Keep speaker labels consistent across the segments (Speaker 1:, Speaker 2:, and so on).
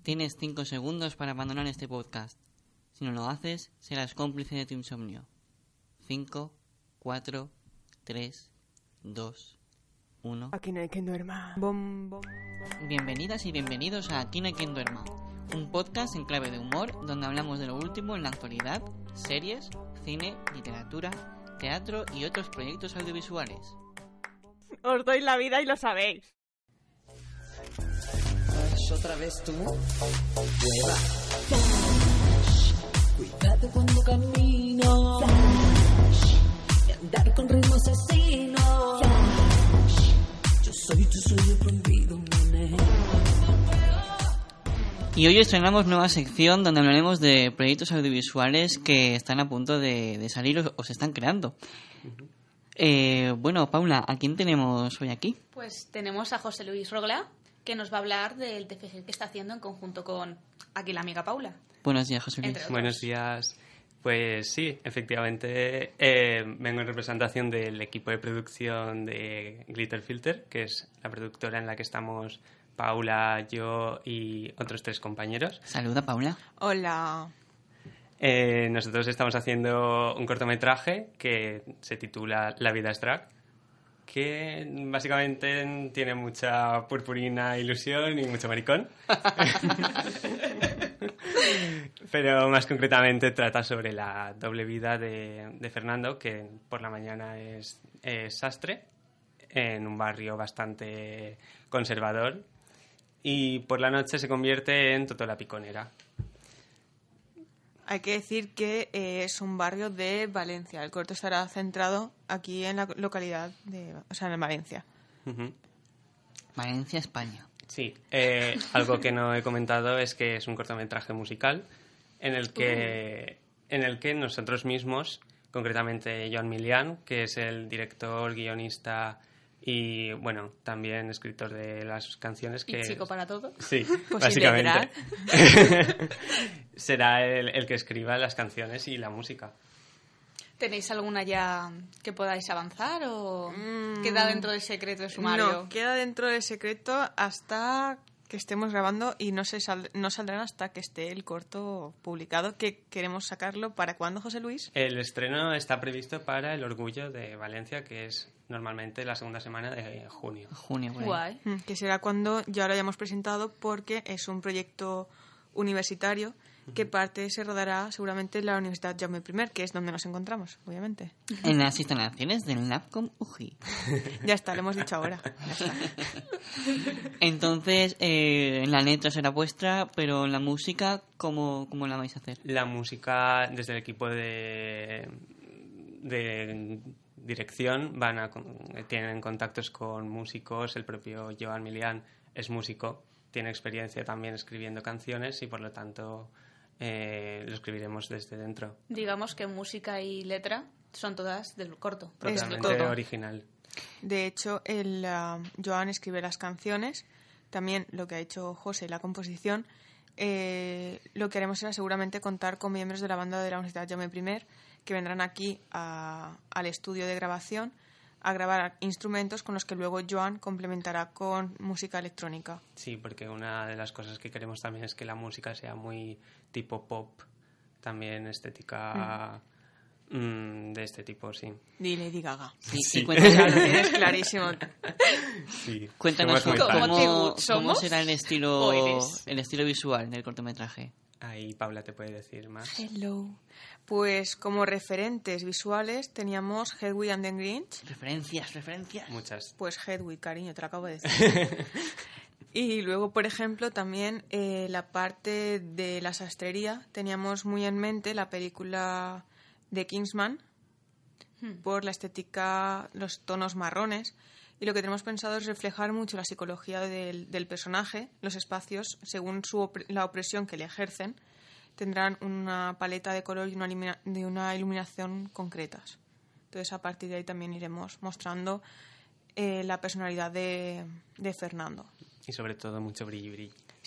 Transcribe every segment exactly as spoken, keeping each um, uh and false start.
Speaker 1: Tienes cinco segundos para abandonar este podcast. Si no lo haces, serás cómplice de tu insomnio. cinco, cuatro, tres, dos, uno...
Speaker 2: Aquí no hay quien duerma. Bom, bom, bom.
Speaker 1: Bienvenidas y bienvenidos a Aquí no hay quien duerma, un podcast en clave de humor donde hablamos de lo último en la actualidad, series, cine, literatura, teatro y otros proyectos audiovisuales.
Speaker 2: Os doy la vida y lo sabéis.
Speaker 3: Otra vez tú, hueva. Cuidado cuando camino. De andar con ritmo asesino. Yo soy tu sueño prohibido, nene.
Speaker 1: Y hoy estrenamos nueva sección donde hablaremos de proyectos audiovisuales que están a punto de, de salir o, o se están creando. Uh-huh. Eh, bueno, Paula, ¿a quién tenemos hoy aquí?
Speaker 4: Pues tenemos a José Luis Rogla, que nos va a hablar del T F G que está haciendo en conjunto con aquí la amiga Paula.
Speaker 1: Buenos días, José Luis.
Speaker 5: Buenos días. Pues sí, efectivamente, eh, vengo en representación del equipo de producción de Glitter Filter, que es la productora en la que estamos Paula, yo y otros tres compañeros.
Speaker 1: Saluda, Paula.
Speaker 2: Hola.
Speaker 5: Eh, nosotros estamos haciendo un cortometraje que se titula La vida es drag, que básicamente tiene mucha purpurina, ilusión y mucho maricón. Pero más concretamente trata sobre la doble vida de, de Fernando, que por la mañana es, es sastre en un barrio bastante conservador y por la noche se convierte en Totó la piconera.
Speaker 2: Hay que decir que eh, es un barrio de Valencia. El corto estará centrado aquí en la localidad de, o sea, en Valencia.
Speaker 5: Uh-huh.
Speaker 1: Valencia, España.
Speaker 5: Sí, eh, algo que no he comentado es que es un cortometraje musical en el que, uh. en el que nosotros mismos, concretamente Joan Milián, que es el director, guionista y, bueno, también escritor de las canciones que...
Speaker 4: ¿Y chico para todo?
Speaker 5: Sí,
Speaker 2: pues
Speaker 5: básicamente. Será el, el que escriba las canciones y la música.
Speaker 4: ¿Tenéis alguna ya que podáis avanzar o
Speaker 2: mm,
Speaker 4: queda dentro del secreto de sumario?
Speaker 2: No, queda dentro del secreto hasta que estemos grabando y no, se sal, no saldrán hasta que esté el corto publicado, que queremos sacarlo. ¿Para cuándo, José Luis?
Speaker 5: El estreno está previsto para el Orgullo de Valencia, que es normalmente la segunda semana de junio.
Speaker 1: Junio, bueno.
Speaker 4: Guay.
Speaker 2: Que será cuando ya lo hayamos presentado, porque es un proyecto universitario que parte se rodará seguramente en la Universidad Jaume I, que es donde nos encontramos, obviamente.
Speaker 1: En las instalaciones del NAPCOM U G I.
Speaker 2: Ya está, lo hemos dicho ahora. Ya está.
Speaker 1: Entonces, eh, la letra será vuestra, pero la música, ¿cómo, cómo la vais a hacer?
Speaker 5: La música, desde el equipo de, de dirección, van a, tienen contactos con músicos. El propio Joan Milián es músico, tiene experiencia también escribiendo canciones y, por lo tanto... Eh, lo escribiremos desde dentro.
Speaker 4: Digamos que música y letra son todas del corto.
Speaker 5: Totalmente original.
Speaker 2: De hecho, el uh, Joan escribe las canciones, también lo que ha hecho José, la composición. Eh, lo que haremos será seguramente contar con miembros de la banda de la Universidad Jaume I, que vendrán aquí a, al estudio de grabación a grabar instrumentos con los que luego Joan complementará con música electrónica.
Speaker 5: Sí, porque una de las cosas que queremos también es que la música sea muy tipo pop, también estética mm. Mm, de este tipo, sí.
Speaker 2: Di Lady Gaga.
Speaker 1: Sí,
Speaker 5: sí.
Speaker 1: Y cuéntanos,
Speaker 2: es clarísimo.
Speaker 5: Sí.
Speaker 1: Cuéntanos
Speaker 5: ¿Cómo,
Speaker 1: cómo, cómo será el estilo,
Speaker 4: eres?
Speaker 1: el estilo visual del cortometraje.
Speaker 5: Ahí Paula te puede decir más.
Speaker 2: Hello. Pues como referentes visuales teníamos Hedwig and the Grinch.
Speaker 1: Referencias, referencias.
Speaker 5: Muchas.
Speaker 2: Pues Hedwig, cariño, te lo acabo de decir. Y luego, por ejemplo, también eh, la parte de la sastrería. Teníamos muy en mente la película de Kingsman, hmm. por la estética, los tonos marrones. Y lo que tenemos pensado es reflejar mucho la psicología del, del personaje. Los espacios, según su op- la opresión que le ejercen, tendrán una paleta de color y una, ilumina- de una iluminación concretas. Entonces, a partir de ahí también iremos mostrando eh, la personalidad de, de Fernando.
Speaker 5: Y sobre todo mucho brillo brillo.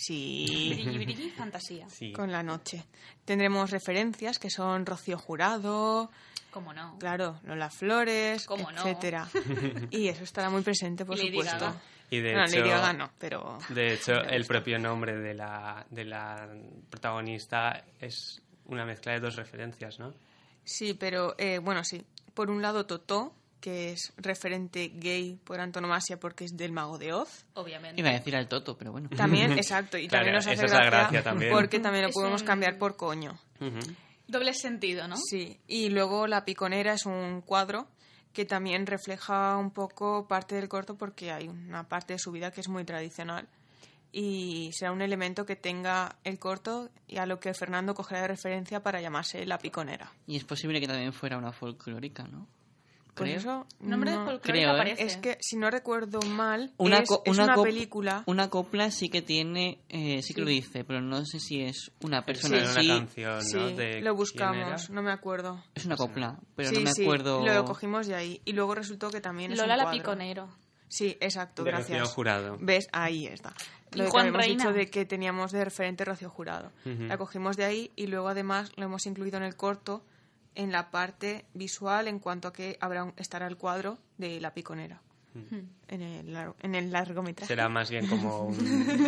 Speaker 2: Sí,
Speaker 4: Brilli, brilli, fantasía.
Speaker 5: Sí.
Speaker 2: con la noche. Tendremos referencias que son Rocío Jurado,
Speaker 4: ¿Cómo no?
Speaker 2: claro, Lola Flores,
Speaker 4: ¿Cómo no?
Speaker 2: etcétera. Y eso estará muy presente, por
Speaker 4: Y Lady
Speaker 2: supuesto.
Speaker 4: Gaga.
Speaker 5: Y de
Speaker 2: No,
Speaker 5: hecho,
Speaker 2: Lady Gaga no, pero...
Speaker 5: de hecho el propio nombre de la, de la protagonista es una mezcla de dos referencias, ¿no?
Speaker 2: Sí, pero eh, bueno, sí. Por un lado, Totó, que es referente gay por antonomasia porque es del Mago de Oz.
Speaker 4: Obviamente.
Speaker 1: Iba a decir al Toto, pero bueno.
Speaker 2: También, exacto, y
Speaker 5: Claro,
Speaker 2: también nos hace
Speaker 5: esa es la
Speaker 2: gracia,
Speaker 5: gracia también.
Speaker 2: porque también lo
Speaker 4: Es
Speaker 2: podemos
Speaker 4: un-
Speaker 2: cambiar por coño.
Speaker 5: Ujú.
Speaker 4: Doble sentido, ¿no?
Speaker 2: Sí, y luego La Piconera es un cuadro que también refleja un poco parte del corto porque hay una parte de su vida que es muy tradicional y será un elemento que tenga el corto y a lo que Fernando cogerá de referencia para llamarse La Piconera.
Speaker 1: Y es posible que también fuera una folclórica, ¿no?
Speaker 2: Pues
Speaker 1: Creo.
Speaker 2: eso
Speaker 4: Nombre de
Speaker 2: no-
Speaker 4: folclórica
Speaker 1: creo, ¿eh?
Speaker 4: aparece.
Speaker 2: es que si no recuerdo mal
Speaker 1: Una,
Speaker 2: es,
Speaker 1: co-
Speaker 2: es
Speaker 1: una
Speaker 2: una
Speaker 1: cop-
Speaker 2: película.
Speaker 1: Una copla sí que tiene, eh, sí que
Speaker 2: Sí.
Speaker 1: lo dice, pero no sé si es una persona
Speaker 5: Era
Speaker 1: en
Speaker 5: una
Speaker 1: sí.
Speaker 5: canción, ¿no?
Speaker 2: Sí,
Speaker 5: De
Speaker 2: lo
Speaker 5: quién
Speaker 2: buscamos,
Speaker 5: era.
Speaker 2: no me acuerdo.
Speaker 1: Es una copla, pero
Speaker 2: sí,
Speaker 1: no me
Speaker 2: sí,
Speaker 1: acuerdo.
Speaker 2: lo cogimos de ahí y luego resultó que también es
Speaker 4: Lola
Speaker 2: un
Speaker 4: la
Speaker 2: cuadro.
Speaker 4: Piconero.
Speaker 2: Sí, exacto,
Speaker 5: De Rocío
Speaker 2: gracias.
Speaker 5: Jurado.
Speaker 2: ¿Ves? Ahí está.
Speaker 4: Y
Speaker 2: Lo que
Speaker 4: Juan
Speaker 2: habíamos
Speaker 4: Reina.
Speaker 2: dicho de que teníamos de referente Rocío Jurado.
Speaker 5: Ujú.
Speaker 2: La cogimos de ahí y luego además lo hemos incluido en el corto en la parte visual en cuanto a que habrá un- estará el cuadro de La Piconera. En el, lar- en el largometraje.
Speaker 5: Será más bien como un...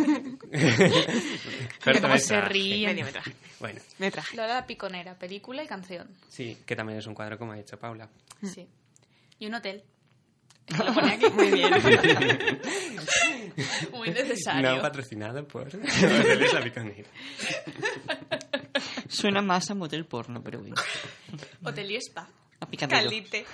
Speaker 4: Mira cómo se
Speaker 5: cortometraje.
Speaker 4: ríen.
Speaker 2: Mediometraje.
Speaker 5: Bueno,
Speaker 2: Metraje.
Speaker 4: Lola la Piconera, película y canción.
Speaker 5: sí, que también es un cuadro, como ha dicho Paula.
Speaker 4: Sí. Y un hotel. Lo pone aquí.
Speaker 2: Muy bien.
Speaker 4: Muy necesario.
Speaker 5: No patrocinado por Hoteles La Piconera.
Speaker 1: Suena más a motel porno, pero bueno.
Speaker 4: Hotel y spa.
Speaker 1: A picadillo.
Speaker 4: Calite.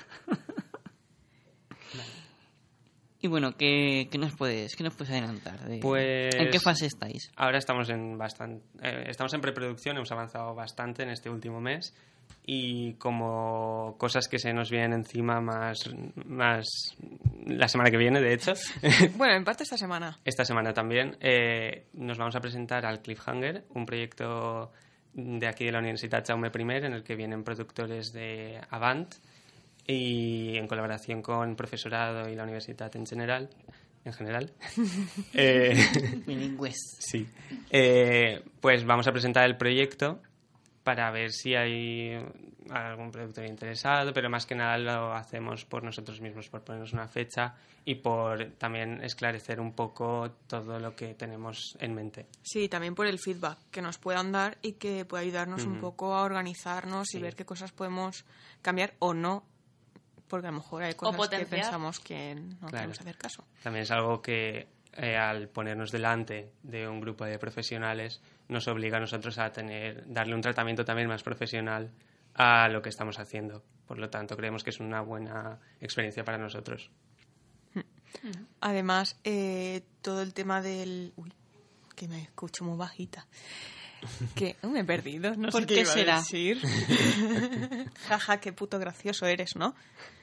Speaker 1: Y bueno, ¿qué, qué nos puedes, qué nos puedes adelantar? De,
Speaker 5: Pues-
Speaker 1: ¿En qué fase estáis?
Speaker 5: Ahora estamos en bastante, eh, estamos en preproducción, hemos avanzado bastante en este último mes y como cosas que se nos vienen encima más, más la semana que viene, de hecho,
Speaker 2: Bueno, en parte esta semana.
Speaker 5: esta semana también, eh, nos vamos a presentar al Cliffhanger, un proyecto de aquí de la Universitat Jaume I, en el que vienen productores de Avant y en colaboración con profesorado y la universidad en general, en general. eh,
Speaker 1: Bilingües.
Speaker 5: Sí. Eh, pues vamos a presentar el proyecto para ver si hay algún productor interesado, pero más que nada lo hacemos por nosotros mismos, por ponernos una fecha y por también esclarecer un poco todo lo que tenemos en mente.
Speaker 2: Sí, también por el feedback que nos puedan dar y que pueda ayudarnos un
Speaker 5: Ujú.
Speaker 2: poco a organizarnos
Speaker 5: Sí.
Speaker 2: y ver qué cosas podemos cambiar o no, porque a lo mejor hay cosas que
Speaker 4: potenciar.
Speaker 2: pensamos que no
Speaker 5: Claro.
Speaker 2: queremos hacer caso.
Speaker 5: También es algo que eh, al ponernos delante de un grupo de profesionales nos obliga a nosotros a tener darle un tratamiento también más profesional a lo que estamos haciendo. Por lo tanto, creemos que es una buena experiencia para nosotros.
Speaker 2: Además, eh, todo el tema del... Uy, que me escucho muy bajita. Que uh, me he perdido, no
Speaker 1: ¿Por
Speaker 2: sé
Speaker 1: qué
Speaker 2: qué iba a
Speaker 1: será?
Speaker 2: decir. Jaja, qué puto gracioso eres, ¿no?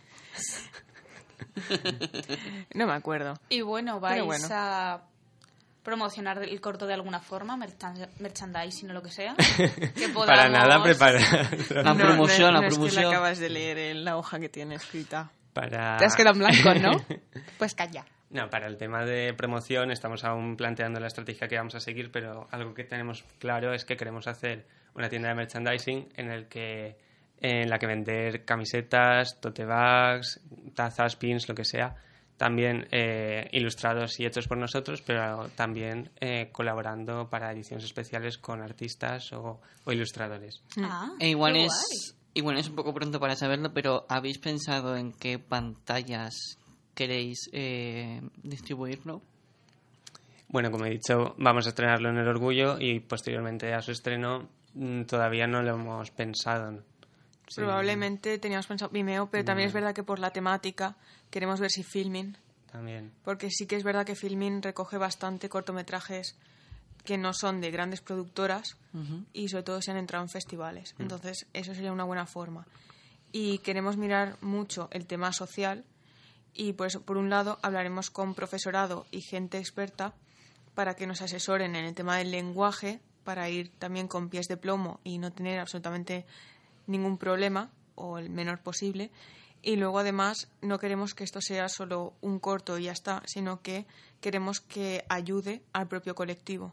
Speaker 2: No me acuerdo.
Speaker 4: Y bueno, vais
Speaker 2: Pero bueno.
Speaker 4: a promocionar el corto de alguna forma, merchan- merchandising o lo que sea. Que podamos...
Speaker 5: Para nada preparar.
Speaker 1: La
Speaker 2: No,
Speaker 1: promoción,
Speaker 2: no,
Speaker 1: la
Speaker 2: no es que
Speaker 1: promoción.
Speaker 2: la acabas de leer en la hoja que tiene escrita.
Speaker 5: Para...
Speaker 2: Te has quedado en blanco, ¿no? Pues calla.
Speaker 5: No, para el tema de promoción estamos aún planteando la estrategia que vamos a seguir, pero algo que tenemos claro es que queremos hacer una tienda de merchandising en el que en la que vender camisetas, tote bags, tazas, pins, lo que sea, también eh, ilustrados y hechos por nosotros, pero también eh, colaborando para ediciones especiales con artistas o, o ilustradores.
Speaker 4: Ah,
Speaker 1: E igual
Speaker 4: qué
Speaker 1: es, igual es un poco pronto para saberlo, pero ¿habéis pensado en qué pantallas queréis eh, distribuirlo?
Speaker 5: Bueno, como he dicho, vamos a estrenarlo en El Orgullo y posteriormente a su estreno mm, todavía no lo hemos pensado. ¿no? Sí.
Speaker 2: Probablemente teníamos pensado Vimeo, pero también es verdad que por la temática queremos ver si Filmin,
Speaker 5: También.
Speaker 2: porque sí que es verdad que Filmin recoge bastante cortometrajes que no son de grandes productoras
Speaker 1: Ujú.
Speaker 2: y sobre todo se han entrado en festivales. Entonces, eso sería una buena forma. Y queremos mirar mucho el tema social y por eso, por un lado, hablaremos con profesorado y gente experta para que nos asesoren en el tema del lenguaje, para ir también con pies de plomo y no tener absolutamente ningún problema o el menor posible. Y luego, además, no queremos que esto sea solo un corto y ya está, sino que queremos que ayude al propio colectivo,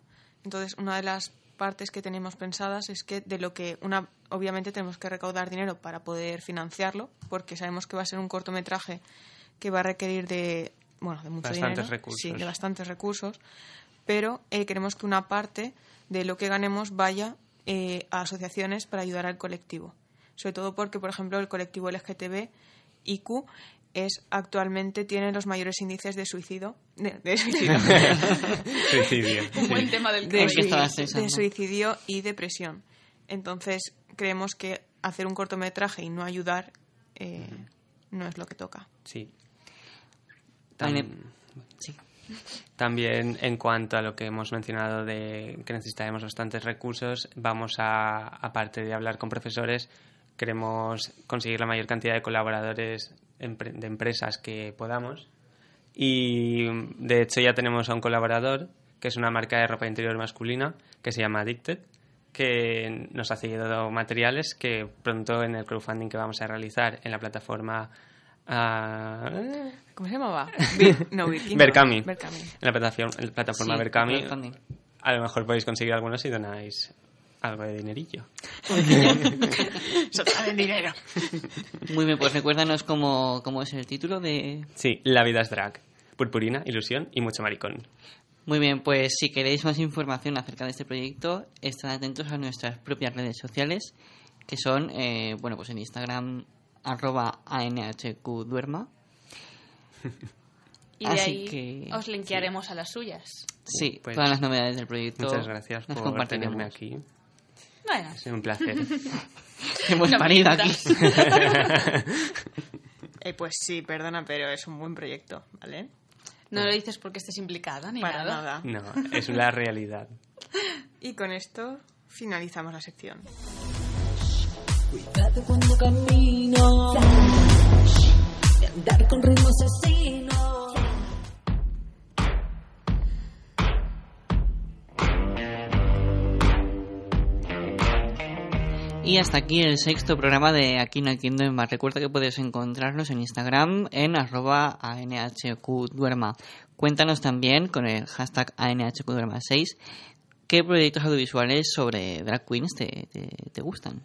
Speaker 2: Entonces, una de las partes que tenemos pensadas es que de lo que una obviamente tenemos que recaudar dinero para poder financiarlo, porque sabemos que va a ser un cortometraje que va a requerir de bueno de mucho
Speaker 5: bastantes
Speaker 2: dinero,
Speaker 5: recursos.
Speaker 2: sí, de bastantes recursos, pero eh, queremos que una parte de lo que ganemos vaya eh, a asociaciones para ayudar al colectivo, sobre todo porque, por ejemplo, el colectivo L G T B I Q es actualmente tiene los mayores índices de suicidio de, de suicidio
Speaker 5: Suicidio.
Speaker 4: Un buen
Speaker 5: Sí.
Speaker 4: tema del
Speaker 2: de,
Speaker 1: ¿Qué
Speaker 4: COVID.
Speaker 1: estabas
Speaker 2: de
Speaker 1: pensando?
Speaker 2: suicidio y depresión. Entonces, creemos que hacer un cortometraje y no ayudar eh, no es lo que toca.
Speaker 5: Sí.
Speaker 1: Vale.
Speaker 5: Tam-
Speaker 1: Sí.
Speaker 5: También en cuanto a lo que hemos mencionado de que necesitaremos bastantes recursos, vamos a, aparte de hablar con profesores, queremos conseguir la mayor cantidad de colaboradores empre- de empresas que podamos. Y de hecho ya tenemos a un colaborador, que es una marca de ropa interior masculina, que se llama Addicted, que nos ha cedido materiales que pronto en el crowdfunding que vamos a realizar en la plataforma... ah,
Speaker 2: ¿Cómo se llamaba? Bir- no, Birkin,
Speaker 5: Berkami.
Speaker 2: no, Berkami.
Speaker 5: En la plataforma, en la plataforma
Speaker 1: Sí,
Speaker 5: Berkami,
Speaker 1: crowdfunding.
Speaker 5: a lo mejor podéis conseguir algunos si donáis algo de dinerillo.
Speaker 2: Eso sale dinero.
Speaker 1: Muy bien, pues recuérdanos cómo, cómo es el título de...
Speaker 5: Sí, la vida es drag. Purpurina, ilusión y mucho maricón.
Speaker 1: Muy bien, pues si queréis más información acerca de este proyecto, estad atentos a nuestras propias redes sociales, que son, eh, bueno, pues en Instagram, arroba anhqduerma.
Speaker 4: Y de
Speaker 1: Así
Speaker 4: ahí
Speaker 1: que-
Speaker 4: os linkearemos a las suyas.
Speaker 1: Sí,
Speaker 5: Pues,
Speaker 1: todas las novedades del proyecto.
Speaker 5: Muchas gracias
Speaker 1: las
Speaker 5: por
Speaker 1: compartiremos.
Speaker 5: tenerme aquí.
Speaker 4: Bueno,
Speaker 5: Ha sido un placer.
Speaker 1: Hemos
Speaker 4: No me
Speaker 1: parido aquí.
Speaker 4: mientas.
Speaker 2: Eh, pues sí, perdona, pero es un buen proyecto, ¿vale?
Speaker 4: no lo dices porque estés implicada ni
Speaker 2: Para
Speaker 4: nada.
Speaker 2: nada.
Speaker 5: No, es la realidad.
Speaker 2: Y con esto finalizamos la sección.
Speaker 3: Cuidado cuando camino. De andar con ritmo asesino.
Speaker 1: Y hasta aquí el sexto programa de Aquí no hay quien duerma. Recuerda que puedes encontrarnos en Instagram en arroba anhqduerma. Cuéntanos también con el hashtag anhqduerma seis qué proyectos audiovisuales sobre drag queens te, te, te gustan.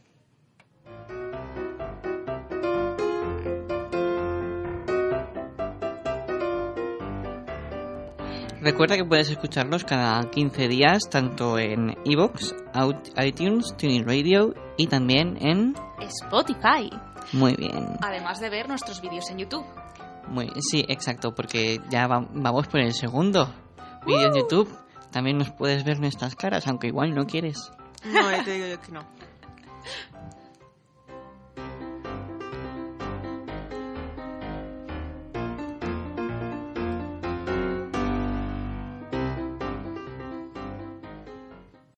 Speaker 1: Recuerda que puedes escucharlos cada quince días tanto en iVoox, iTunes, TuneIn Radio y también en...
Speaker 4: Spotify.
Speaker 1: Muy bien.
Speaker 4: Además de ver nuestros vídeos en YouTube.
Speaker 1: Muy, sí, exacto, porque ya va- vamos por el segundo vídeo en YouTube. También nos puedes ver nuestras caras, aunque igual no quieres.
Speaker 2: No, eh, te digo yo que no.